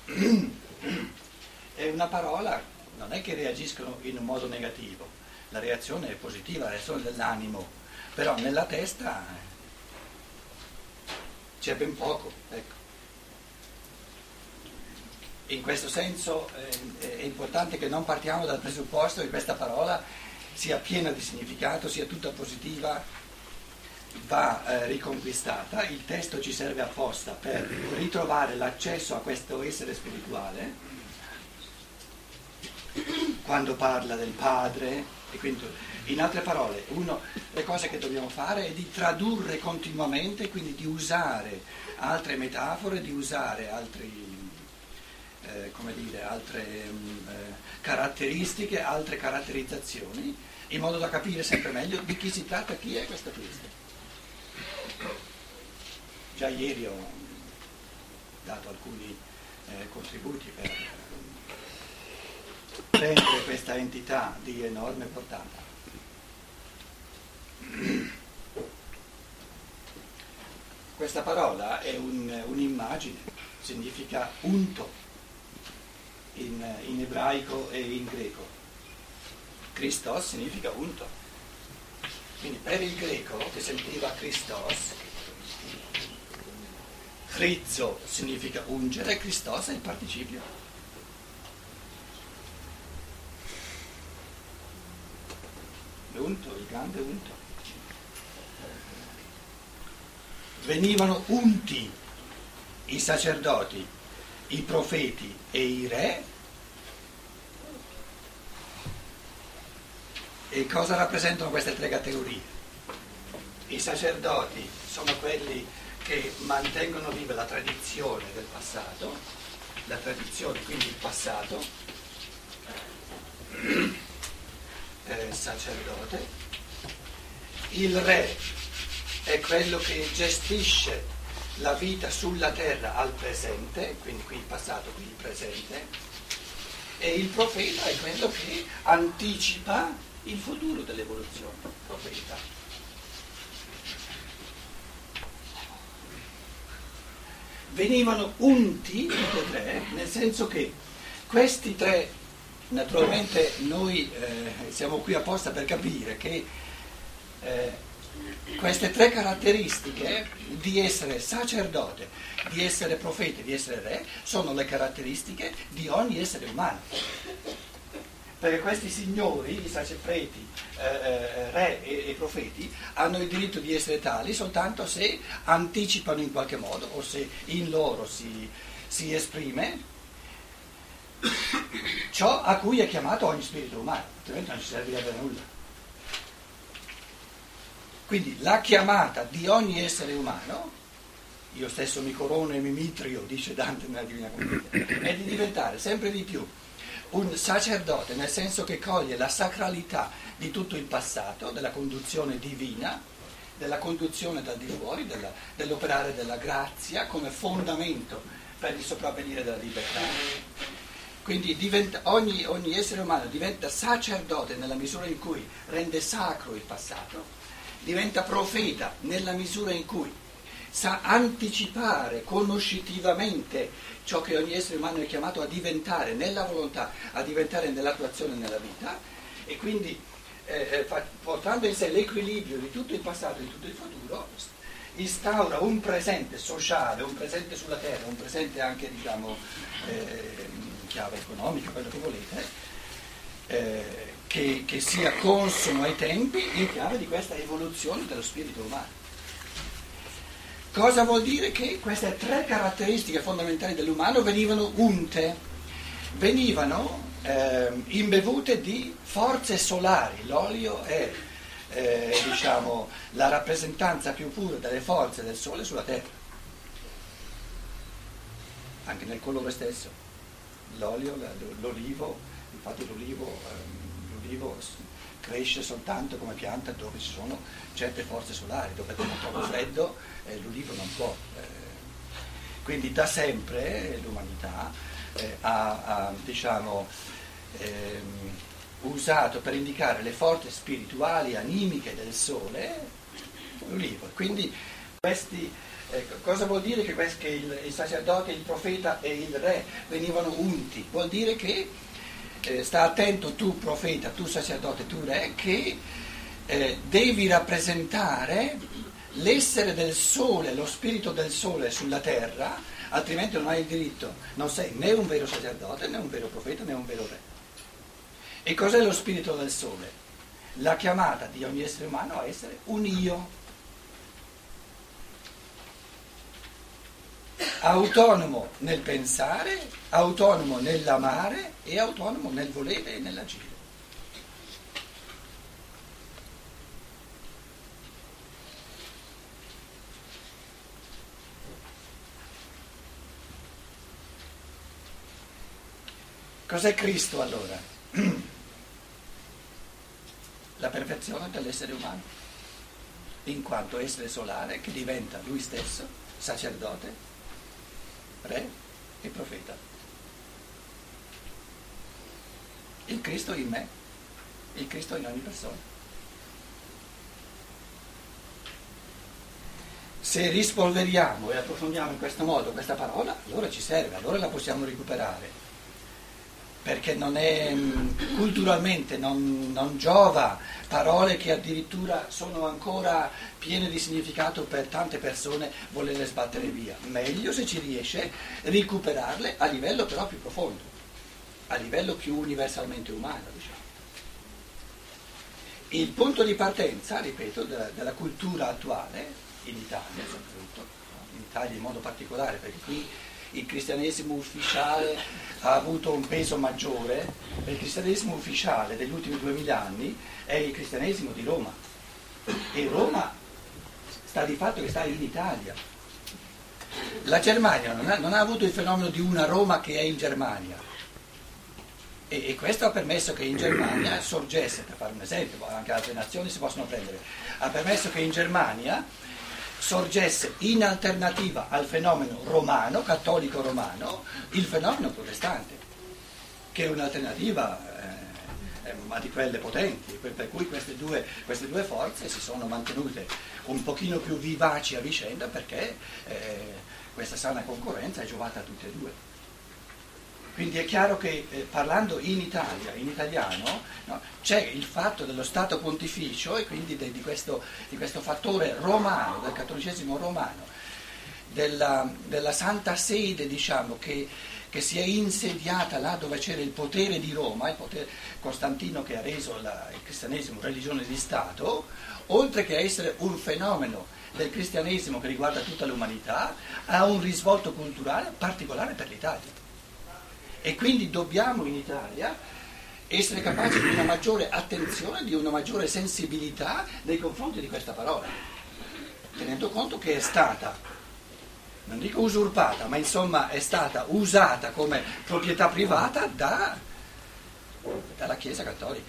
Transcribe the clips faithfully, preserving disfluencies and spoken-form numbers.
è una parola, non è che reagiscono in un modo negativo, la reazione è positiva, la reazione dell'animo, però nella testa c'è ben poco, ecco. In questo senso eh, è importante che non partiamo dal presupposto che questa parola sia piena di significato, sia tutta positiva, va eh, riconquistata. Il testo ci serve apposta per ritrovare l'accesso a questo essere spirituale, quando parla del Padre, e quindi, in altre parole, uno, le cose che dobbiamo fare è di tradurre continuamente, quindi di usare altre metafore, di usare altri Eh, come dire, altre um, eh, caratteristiche, altre caratterizzazioni, in modo da capire sempre meglio di chi si tratta, chi è questo Cristo. Già ieri ho dato alcuni eh, contributi per eh, rendere questa entità di enorme portata. Questa parola è un, un'immagine, significa unto. In, in ebraico e in greco. Christos significa unto. Quindi per il greco, che sentiva Christos, Christo significa ungere, Christos è il participio. L'unto, il grande unto. Venivano unti i sacerdoti, i profeti e i re. E cosa rappresentano queste tre categorie? I sacerdoti sono quelli che mantengono viva la tradizione del passato, la tradizione, quindi il passato, eh, sacerdote. Il re è quello che gestisce la vita sulla terra al presente, quindi qui il passato, qui il presente, e il profeta è quello che anticipa il futuro dell'evoluzione, profeta. Venivano unti tutti e tre, nel senso che questi tre, naturalmente noi eh, siamo qui apposta per capire che eh, queste tre caratteristiche di essere sacerdote, di essere profeta, di essere re, sono le caratteristiche di ogni essere umano. Perché questi signori, i sacerdoti, eh, re e, e profeti, hanno il diritto di essere tali soltanto se anticipano in qualche modo, o se in loro si, si esprime ciò a cui è chiamato ogni spirito umano, altrimenti non ci servirebbe a nulla. Quindi la chiamata di ogni essere umano, io stesso mi corono e mi mitrio, dice Dante nella Divina Commedia, è di diventare sempre di più un sacerdote, nel senso che coglie la sacralità di tutto il passato, della conduzione divina, della conduzione dal di fuori, della, dell'operare della grazia come fondamento per il sopravvenire della libertà. Quindi diventa, ogni, ogni essere umano diventa sacerdote nella misura in cui rende sacro il passato, diventa profeta nella misura in cui sa anticipare conoscitivamente ciò che ogni essere umano è chiamato a diventare nella volontà, a diventare nell'attuazione nella vita, e quindi eh, portando in sé l'equilibrio di tutto il passato e di tutto il futuro, instaura un presente sociale, un presente sulla terra, un presente anche, diciamo, eh, in chiave economica, quello che volete, eh, che, che sia consono ai tempi in chiave di questa evoluzione dello spirito umano. Cosa vuol dire? Che queste tre caratteristiche fondamentali dell'umano venivano unte, venivano eh, imbevute di forze solari. L'olio è eh, diciamo, la rappresentanza più pura delle forze del sole sulla terra, anche nel colore stesso. L'olio, l'olivo, infatti l'olivo, ehm, l'olivo cresce soltanto come pianta dove ci sono certe forze solari, dove è troppo freddo eh, l'olivo non può. Eh. Quindi da sempre l'umanità eh, ha, ha diciamo, ehm, usato per indicare le forze spirituali, animiche del sole, l'olivo. Quindi Questi, eh, cosa vuol dire che, questi, che il, il sacerdote, il profeta e il re venivano unti? Vuol dire che eh, sta attento tu profeta, tu sacerdote, tu re, che eh, devi rappresentare l'essere del sole, lo spirito del sole sulla terra, altrimenti non hai il diritto, non sei né un vero sacerdote, né un vero profeta, né un vero re. E cos'è lo spirito del sole? La chiamata di ogni essere umano a essere un io, autonomo nel pensare, autonomo nell'amare e autonomo nel volere e nell'agire. Cos'è Cristo allora? La perfezione dell'essere umano, in quanto essere solare che diventa lui stesso sacerdote, re e profeta. Il Cristo in me, il Cristo in ogni persona. Se rispolveriamo e approfondiamo in questo modo questa parola, allora ci serve, allora la possiamo recuperare. Perché non è, culturalmente non, non giova parole che addirittura sono ancora piene di significato per tante persone volerle sbattere via. Meglio se ci riesce recuperarle a livello però più profondo, a livello più universalmente umano, diciamo. Il punto di partenza, ripeto, della, della cultura attuale, in Italia soprattutto, in Italia in modo particolare, perché qui il cristianesimo ufficiale ha avuto un peso maggiore, il cristianesimo ufficiale degli ultimi duemila anni è il cristianesimo di Roma, e Roma sta di fatto che sta in Italia. La Germania non ha, non ha avuto il fenomeno di una Roma che è in Germania, e, e questo ha permesso che in Germania sorgesse, per fare un esempio, anche altre nazioni si possono prendere, ha permesso che in Germania sorgesse in alternativa al fenomeno romano, cattolico romano, il fenomeno protestante, che è un'alternativa eh, ma di quelle potenti, per cui queste due, queste due forze si sono mantenute un pochino più vivaci a vicenda, perché eh, questa sana concorrenza è giovata a tutte e due. Quindi è chiaro che eh, parlando in Italia, in italiano, no, c'è il fatto dello Stato Pontificio e quindi de, di, questo, di questo fattore romano, del cattolicesimo romano, della, della Santa Sede, diciamo, che, che si è insediata là dove c'era il potere di Roma, il potere Costantino che ha reso la, il cristianesimo religione di Stato, oltre che a essere un fenomeno del cristianesimo che riguarda tutta l'umanità, ha un risvolto culturale particolare per l'Italia. E quindi dobbiamo in Italia essere capaci di una maggiore attenzione, di una maggiore sensibilità nei confronti di questa parola, tenendo conto che è stata, non dico usurpata, ma insomma è stata usata come proprietà privata da, dalla Chiesa Cattolica.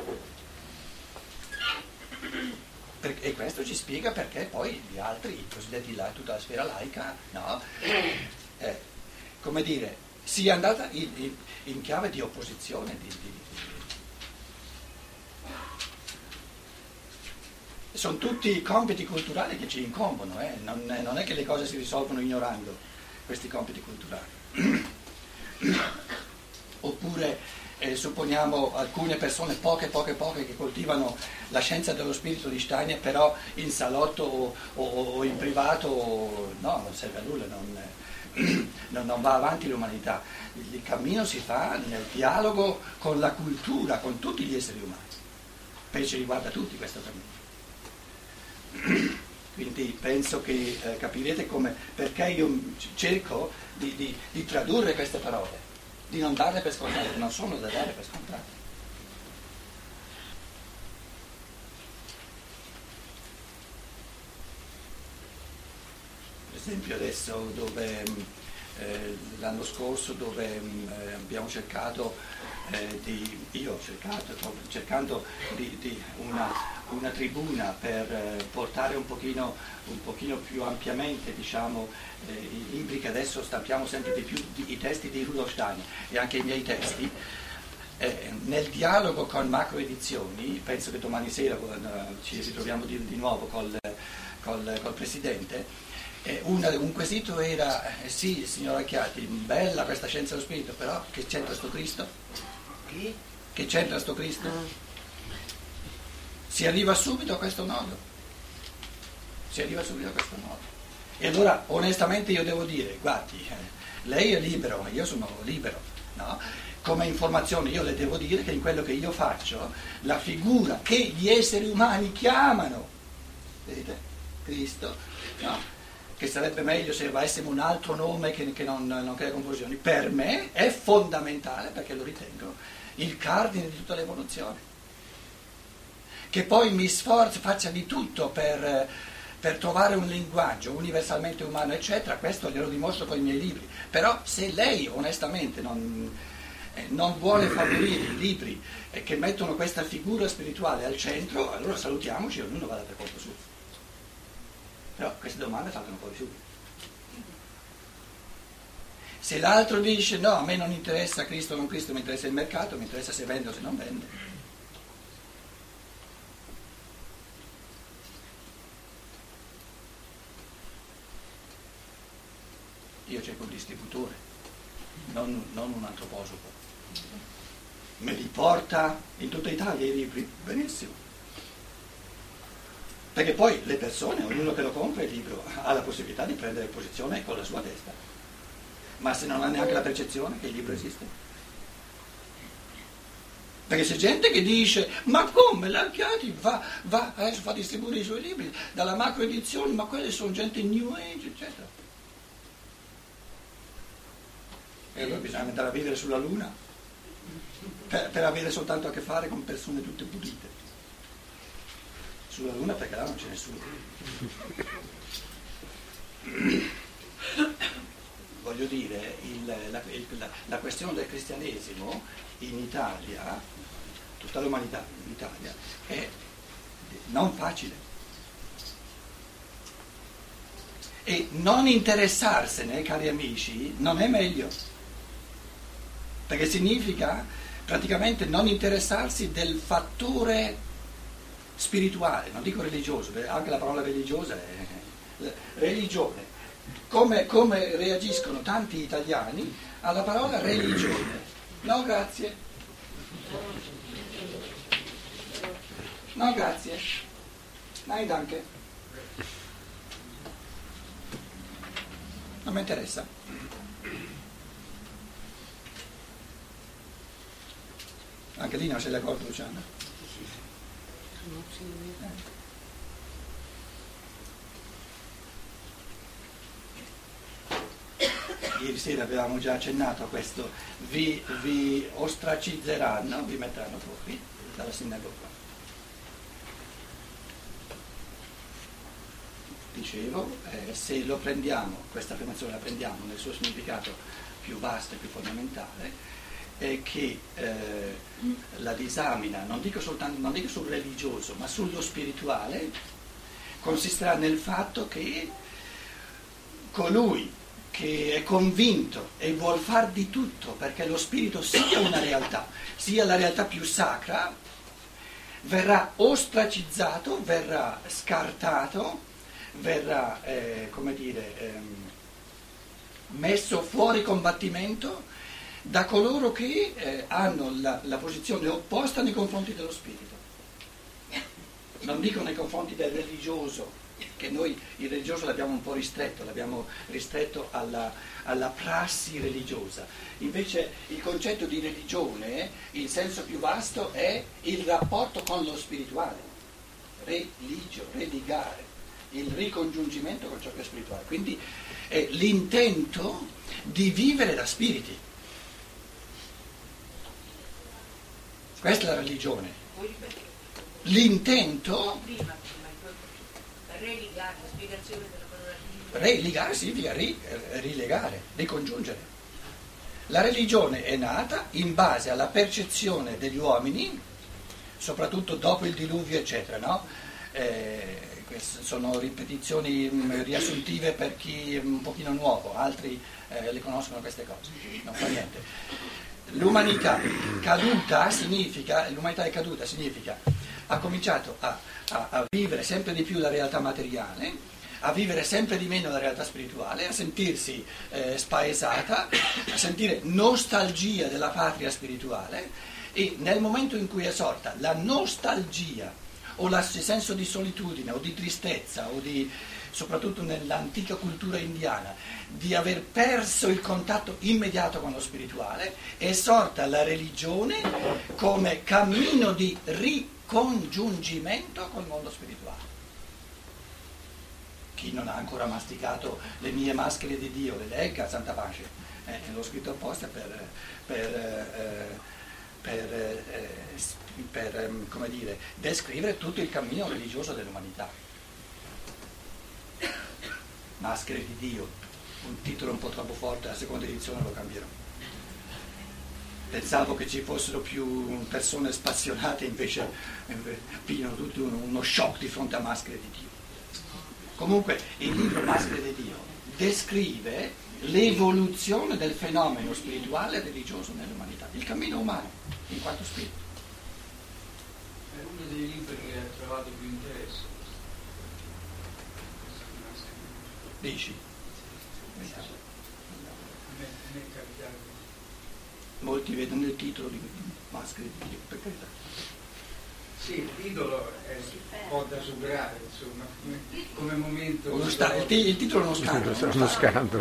E questo ci spiega perché poi gli altri, i cosiddetti la, tutta la sfera laica, no? Eh, come dire, sia andata in, in, in chiave di opposizione. Di, di, di. Sono tutti compiti culturali che ci incombono, eh? non, non è che le cose si risolvono ignorando questi compiti culturali. Oppure eh, supponiamo alcune persone, poche, poche, poche, che coltivano la scienza dello spirito di Steiner, però in salotto o, o, o in privato, no, non serve a nulla, non... non va avanti l'umanità. Il cammino si fa nel dialogo con la cultura, con tutti gli esseri umani, perché ci riguarda tutti questo cammino. Quindi penso che eh, capirete come, perché io cerco di, di, di tradurre queste parole, di non darle per scontate, non sono da dare per scontate. Per esempio adesso dove eh, l'anno scorso dove eh, abbiamo cercato eh, di, io ho cercato, cercando di, di una, una tribuna per eh, portare un pochino, un pochino più ampiamente, diciamo, eh, i libri che adesso stampiamo sempre di più, di, i testi di Rudolf Steiner e anche i miei testi. Eh, nel dialogo con Macro Edizioni, penso che domani sera eh, ci ritroviamo di, di nuovo col col, col presidente, eh, una, un quesito era, eh, sì signor Acchiati, bella questa scienza dello spirito, però che c'entra sto Cristo? Chi? Che c'entra sto Cristo? Si arriva subito a questo nodo, si arriva subito a questo nodo. E allora onestamente io devo dire, guardi, eh, lei è libero, ma io sono libero, no? Come informazione io le devo dire che in quello che io faccio, la figura che gli esseri umani chiamano, vedete, Cristo, no? Che sarebbe meglio se avessimo un altro nome che, che non, non crea confusioni, per me è fondamentale, perché lo ritengo il cardine di tutta l'evoluzione. Che poi mi sforzi, faccia di tutto per, per trovare un linguaggio universalmente umano, eccetera, questo glielo dimostro con i miei libri. Però se lei onestamente non, eh, non vuole favorire i libri eh, che mettono questa figura spirituale al centro, allora salutiamoci e ognuno vada per conto suo. Però queste domande fatelo poi subito. Se l'altro dice no, a me non interessa Cristo o non Cristo, mi interessa il mercato, mi interessa se vende o se non vende. Io cerco un distributore, non, non un antroposopo. Me li porta in tutta Italia i libri, benissimo. Perché poi le persone, ognuno che lo compra il libro, ha la possibilità di prendere posizione con la sua testa. Ma se non ha neanche la percezione che il libro esiste. Perché c'è gente che dice, ma come l'Archiati va, va, adesso fa distribuire i suoi libri dalla macro edizione, ma quelle sono gente New Age, eccetera. E allora bisogna andare a vivere sulla Luna per, per avere soltanto a che fare con persone tutte pulite. Sulla Luna perché là non c'è nessuno. Voglio dire, il, la, il, la, la questione del cristianesimo in Italia, tutta l'umanità in Italia, è non facile. E non interessarsene, cari amici, non è meglio. Perché significa praticamente non interessarsi del fattore spirituale, non dico religioso, perché anche la parola religiosa è religione. Come, come reagiscono tanti italiani alla parola religione? No, grazie. No, grazie. Nein, danke. Non mi interessa. Anche lì non sei d'accordo, Luciano? Ieri sera avevamo già accennato a questo, vi, vi ostracizzeranno, vi metteranno fuori dalla sinagoga. Dicevo, eh, se lo prendiamo, questa affermazione la prendiamo nel suo significato più vasto e più fondamentale, è che eh, la disamina, non dico soltanto, non dico sul religioso, ma sullo spirituale, consisterà nel fatto che colui che è convinto e vuol far di tutto perché lo spirito sia una realtà, sia la realtà più sacra, verrà ostracizzato, verrà scartato, verrà, eh, come dire, ehm, messo fuori combattimento da coloro che eh, hanno la, la posizione opposta nei confronti dello spirito. Non dico nei confronti del religioso, che noi il religioso l'abbiamo un po' ristretto, l'abbiamo ristretto alla, alla prassi religiosa. Invece il concetto di religione, in senso più vasto, è il rapporto con lo spirituale, religio, religare, il ricongiungimento con ciò che è spirituale. Quindi è l'intento di vivere da spiriti. Questa è la religione. L'intento... Religare, la spiegazione della parola religare significa ri, rilegare, ricongiungere. La religione è nata in base alla percezione degli uomini, soprattutto dopo il diluvio, eccetera, no? Eh, queste sono ripetizioni mh, riassuntive per chi è un pochino nuovo, altri eh, le conoscono queste cose, non fa niente. L'umanità caduta significa, l'umanità è caduta significa ha cominciato a, a, a vivere sempre di più la realtà materiale, a vivere sempre di meno la realtà spirituale, a sentirsi eh, spaesata, a sentire nostalgia della patria spirituale, e nel momento in cui è sorta la nostalgia o il senso di solitudine o di tristezza o di, soprattutto nell'antica cultura indiana, di aver perso il contatto immediato con lo spirituale, è sorta la religione come cammino di ricongiungimento col mondo spirituale. Chi non ha ancora masticato le mie maschere di Dio, le legga, santa pace, eh, l'ho scritto apposta per, per, eh, per, eh, per eh, come dire, descrivere tutto il cammino religioso dell'umanità. Maschere di Dio, un titolo un po' troppo forte, la seconda edizione lo cambierò. Pensavo che ci fossero più persone spassionate, invece pigliano tutti uno shock di fronte a Maschere di Dio. Comunque il libro Maschere di Dio descrive l'evoluzione del fenomeno spirituale e religioso nell'umanità, il cammino umano in quanto spirito. È uno dei libri che ha trovato più interesse. Dici? A me, a me è capitato. Molti vedono il titolo di Maschere di Dio, per carità. Sì, il titolo è un po' da superare, insomma, come, come momento. Uno sta- il, ti- il titolo è uno scandalo. È uno scandalo.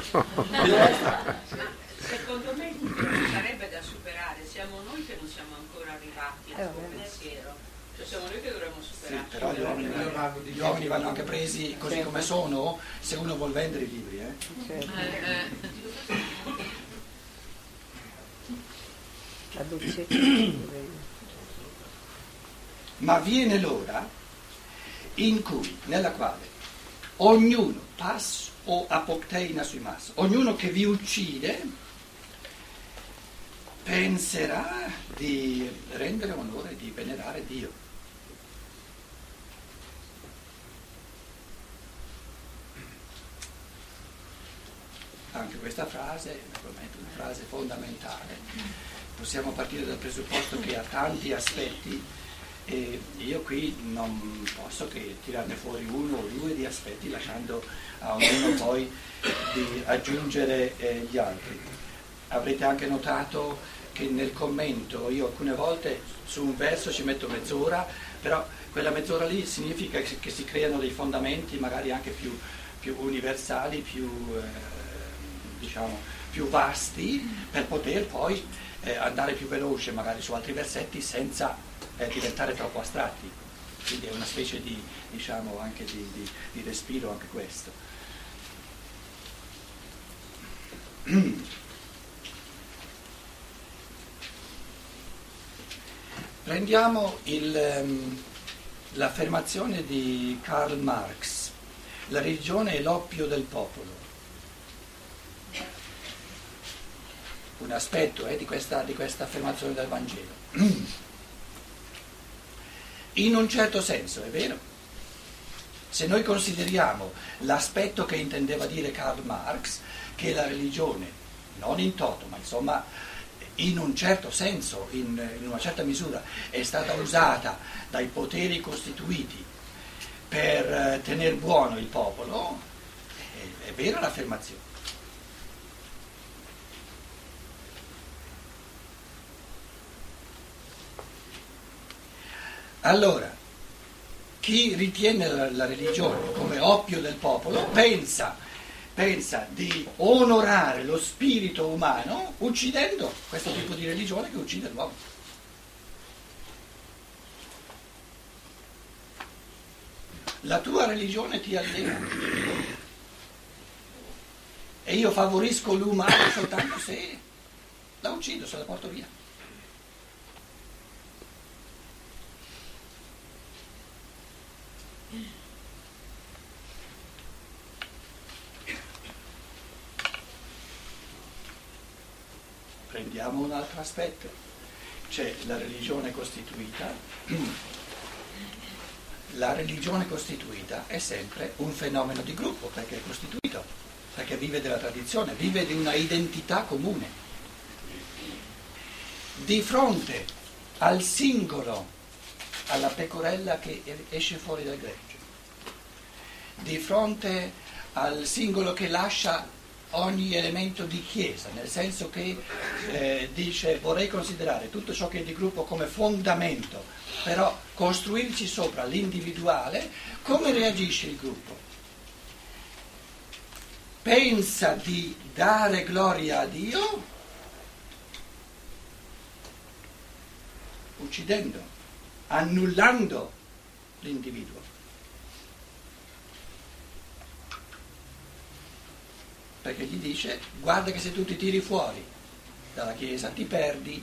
Secondo me il titolo non sarebbe da superare, siamo noi che non siamo ancora arrivati al suo pensiero, cioè siamo noi che dovremmo Sì, superare. però gli uomini, vanno, gli uomini vanno anche presi così come sono, se uno vuol vendere i libri. Eh? La dolcezza. Ma viene l'ora in cui, nella quale ognuno, pas o apocteina sui mas, ognuno che vi uccide penserà di rendere onore, di venerare Dio. Anche questa frase è naturalmente una frase fondamentale. Possiamo partire dal presupposto che ha tanti aspetti, e io qui non posso che tirarne fuori uno o due di aspetti, lasciando a ognuno poi di aggiungere eh, gli altri. Avrete anche notato che nel commento io alcune volte su un verso ci metto mezz'ora, però quella mezz'ora lì significa che si creano dei fondamenti magari anche più, più universali, più, eh, diciamo, più vasti, per poter poi eh, andare più veloce magari su altri versetti senza eh, diventare troppo astratti. Quindi è una specie di, diciamo, anche di, di, di respiro anche questo. Prendiamo il, um, l'affermazione di Karl Marx: la religione è l'oppio del popolo. Un aspetto eh, di, questa, di questa affermazione del Vangelo. In un certo senso, è vero. Se noi consideriamo l'aspetto che intendeva dire Karl Marx, che la religione, non in toto, ma insomma in un certo senso, in, in una certa misura, è stata usata dai poteri costituiti per eh, tener buono il popolo, è, è vera l'affermazione. Allora, chi ritiene la, la religione come oppio del popolo pensa, pensa di onorare lo spirito umano uccidendo questo tipo di religione che uccide l'uomo. La tua religione ti allena e io favorisco l'umano soltanto se la uccido, se la porto via. Prendiamo un altro aspetto, c'è la religione costituita. La religione costituita è sempre un fenomeno di gruppo, perché è costituito, perché vive della tradizione, vive di una identità comune. Di fronte al singolo alla pecorella che esce fuori dal gregge, di fronte al singolo che lascia ogni elemento di chiesa, nel senso che eh, dice vorrei considerare tutto ciò che è di gruppo come fondamento, però costruirci sopra l'individuale. Come reagisce il gruppo? Pensa di dare gloria a Dio uccidendo, annullando l'individuo. Perché gli dice, guarda che se tu ti tiri fuori dalla Chiesa ti perdi,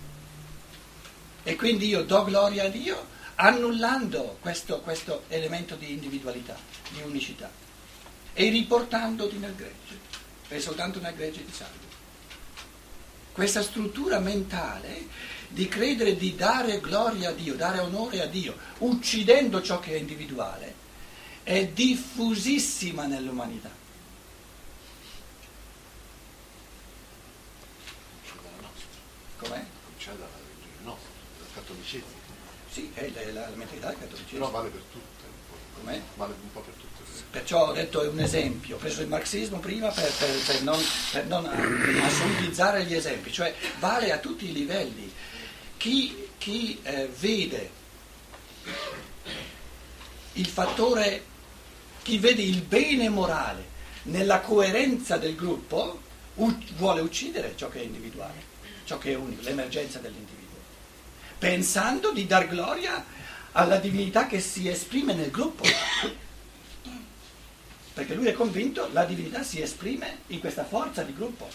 e quindi io do gloria a Dio annullando questo, questo elemento di individualità, di unicità, e riportandoti nel gregge, è soltanto nel gregge di salvo. Questa struttura mentale di credere di dare gloria a Dio, dare onore a Dio, uccidendo ciò che è individuale, è diffusissima nell'umanità. Com'è? C'è dalla religione nostra, dal cattolicesimo. Sì, è la, la, la mentalità del cattolicesimo. Però vale per tutte. Com'è? Vale un po' per tutte. Perciò ho detto è un esempio, ho preso il marxismo prima per, per, per non, per non assolutizzare gli esempi, cioè vale a tutti i livelli. Chi, chi eh, vede il fattore, chi vede il bene morale nella coerenza del gruppo, u- vuole uccidere ciò che è individuale, ciò che è unico, l'emergenza dell'individuo, pensando di dar gloria alla divinità che si esprime nel gruppo, perché lui è convinto la divinità si esprime in questa forza di gruppo.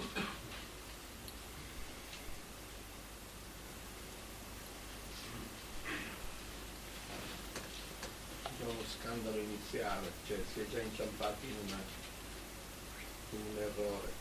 C'è uno scandalo iniziale, cioè si è già inciampati in, una, in un errore.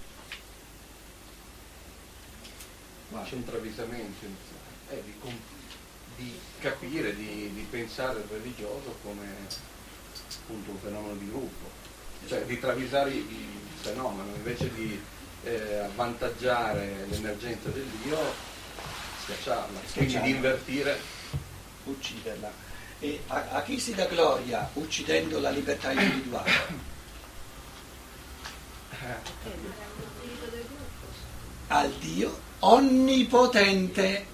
C'è un travisamento iniziale, è di, di capire, di, di pensare il religioso come appunto un fenomeno di gruppo, cioè di travisare il fenomeno, invece di eh, avvantaggiare l'emergenza del Dio, schiacciarla, quindi di invertire, ucciderla. E a, a chi si dà gloria uccidendo la libertà individuale? Al Dio onnipotente.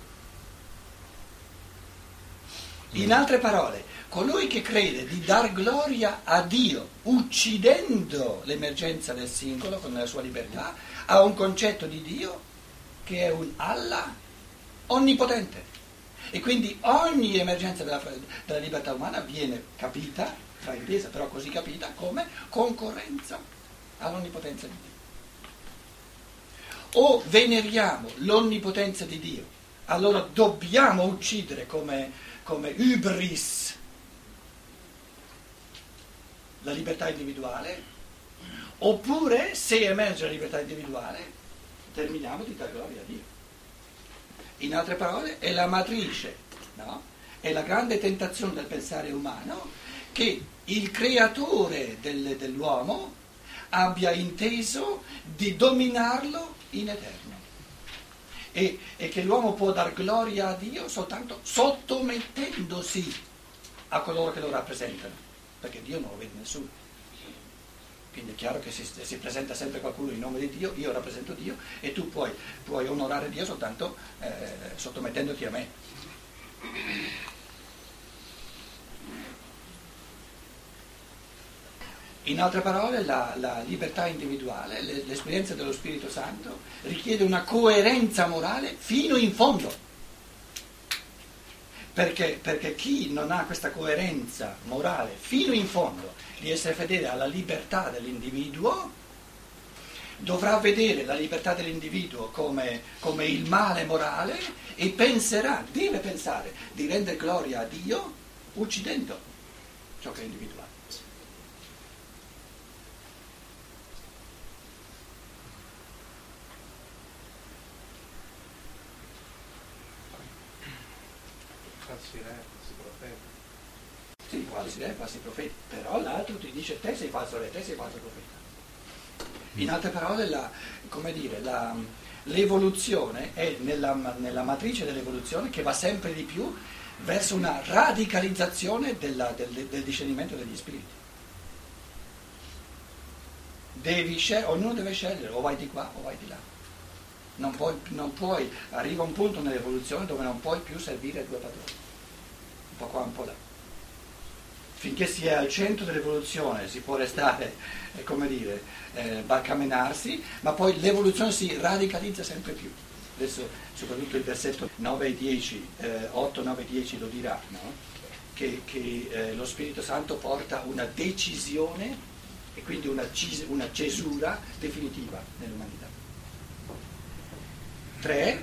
In altre parole, colui che crede di dar gloria a Dio uccidendo l'emergenza del singolo con la sua libertà, ha un concetto di Dio che è un Allah onnipotente. E quindi ogni emergenza della, della libertà umana viene capita, fraintesa però così capita, come concorrenza all'onnipotenza di Dio. O veneriamo l'onnipotenza di Dio, allora dobbiamo uccidere come, come hybris la libertà individuale, oppure se emerge la libertà individuale terminiamo di dar gloria a Dio. In altre parole è la matrice, no? È la grande tentazione del pensare umano che il creatore del, dell'uomo abbia inteso di dominarlo in eterno e, e che l'uomo può dar gloria a Dio soltanto sottomettendosi a coloro che lo rappresentano, perché Dio non lo vede nessuno. Quindi è chiaro che si, si presenta sempre qualcuno in nome di Dio, io rappresento Dio e tu puoi, puoi onorare Dio soltanto eh, sottomettendoti a me. In altre parole, la, la libertà individuale, l'esperienza dello Spirito Santo richiede una coerenza morale fino in fondo. Perché, perché chi non ha questa coerenza morale fino in fondo di essere fedele alla libertà dell'individuo, dovrà vedere la libertà dell'individuo come, come il male morale e penserà, deve pensare di rendere gloria a Dio uccidendo ciò che è individuale. farsi re, farsi profeta. Sì, farsi re, farsi profeta, però l'altro ti dice te sei falso re, te sei falso profeta. In altre parole, la, come dire, la, l'evoluzione è nella, nella matrice dell'evoluzione che va sempre di più verso una radicalizzazione della, del, del discernimento degli spiriti. Devi scel- ognuno deve scegliere, o vai di qua o vai di là. Non puoi, non puoi, arriva un punto nell'evoluzione dove non puoi più servire due padroni, un po' qua un po' là. Finché si è al centro dell'evoluzione si può restare, eh, come dire, eh, barcamenarsi, ma poi l'evoluzione si radicalizza sempre più. Adesso soprattutto il versetto nove e dieci, eh, otto, nove e dieci lo dirà, no? che, che eh, lo Spirito Santo porta una decisione e quindi una, cis- una cesura definitiva nell'umanità. Tre,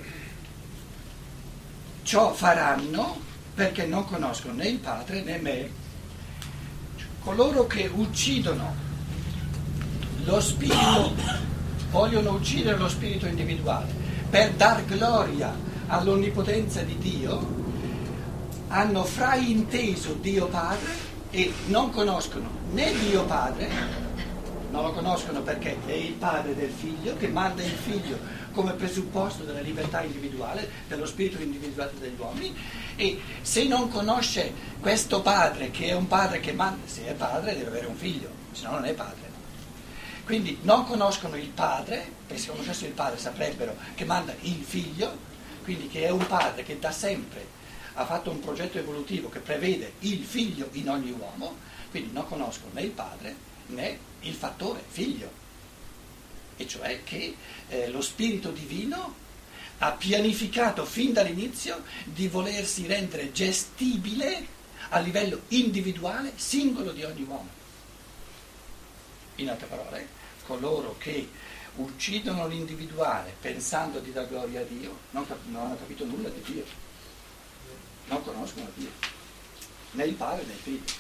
ciò faranno perché non conoscono né il Padre né me. Coloro che uccidono lo spirito, vogliono uccidere lo spirito individuale per dar gloria all'onnipotenza di Dio, hanno frainteso Dio Padre e non conoscono né Dio Padre, non lo conoscono perché è il Padre del Figlio che manda il Figlio come presupposto della libertà individuale, dello spirito individuale degli uomini, e se non conosce questo padre, che è un padre che manda, se è padre deve avere un figlio, se no non è padre. Quindi non conoscono il padre, perché se conoscessero il padre saprebbero che manda il figlio, quindi che è un padre che da sempre ha fatto un progetto evolutivo che prevede il figlio in ogni uomo, quindi non conoscono né il padre né il fattore figlio. E cioè che eh, lo Spirito Divino ha pianificato fin dall'inizio di volersi rendere gestibile a livello individuale, singolo di ogni uomo. In altre parole, coloro che uccidono l'individuale pensando di dar gloria a Dio non, cap- non hanno capito nulla di Dio, non conoscono Dio, né il Padre né il Figlio.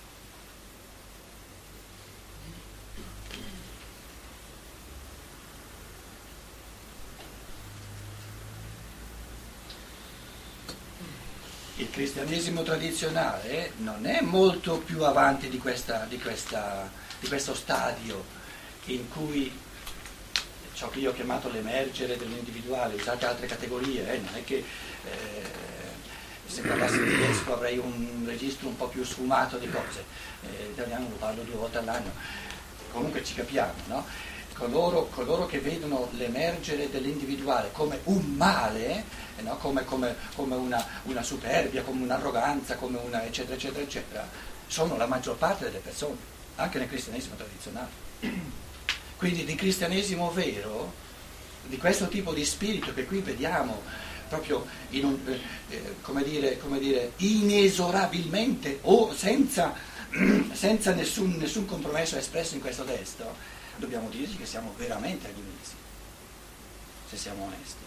Il cristianesimo tradizionale non è molto più avanti di, questa, di, questa, di questo stadio in cui ciò che io ho chiamato l'emergere dell'individuale, usate altre categorie, eh, non è che eh, se parlassi in tedesco avrei un registro un po' più sfumato di cose, eh, italiano lo parlo due volte all'anno, comunque ci capiamo, no? Coloro, coloro che vedono l'emergere dell'individuale come un male, eh, no? come, come, come una, una superbia, come un'arroganza, come una eccetera eccetera eccetera, sono la maggior parte delle persone, anche nel cristianesimo tradizionale. Quindi di cristianesimo vero, di questo tipo di spirito che qui vediamo proprio in un, eh, come dire, come dire, inesorabilmente o senza, senza nessun, nessun compromesso espresso in questo testo, dobbiamo dirci che siamo veramente agli inizi, se siamo onesti.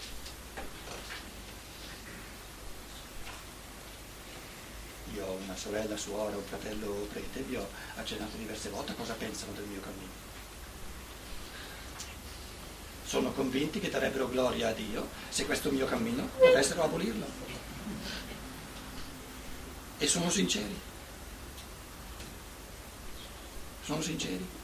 Io ho una sorella suora, un fratello prete, vi ho accennato diverse volte cosa pensano del mio cammino. Sono convinti che darebbero gloria a Dio se questo mio cammino dovessero abolirlo. E sono sinceri. Sono sinceri.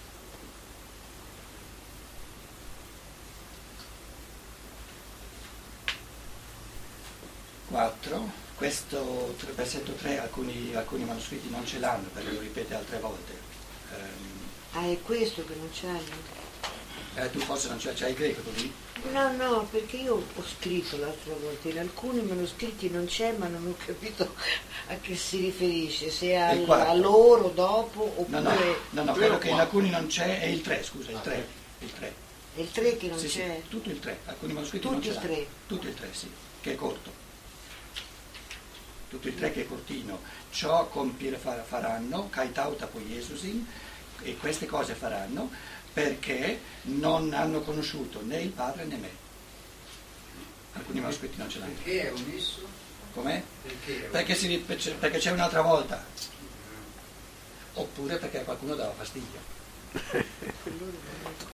quattro, questo versetto tre alcuni, alcuni manoscritti non ce l'hanno perché lo ripete altre volte. Um, ah, è questo che non c'hanno? Eh, tu forse non c'hai, c'hai il greco così? No, no, perché io ho scritto l'altra volta, in alcuni manoscritti non c'è, ma non ho capito a che si riferisce, se a, a loro, dopo, oppure... No, no, no, no quello che in alcuni non c'è è il tre, scusa, il tre. Il tre, è il tre che non sì, c'è? Sì, tutto il tre, alcuni manoscritti tutto non ce il l'hanno. tre. Tutto il tre, sì, che è corto. Tutto il tre che è cortino. Ciò compire faranno, kaitauta po Iesusin, e queste cose faranno perché non hanno conosciuto né il Padre né me. Alcuni manoscritti non ce l'hanno. Perché è omesso? Com'è? Perché, è perché, si, perché c'è un'altra volta. Oppure perché a qualcuno dava fastidio.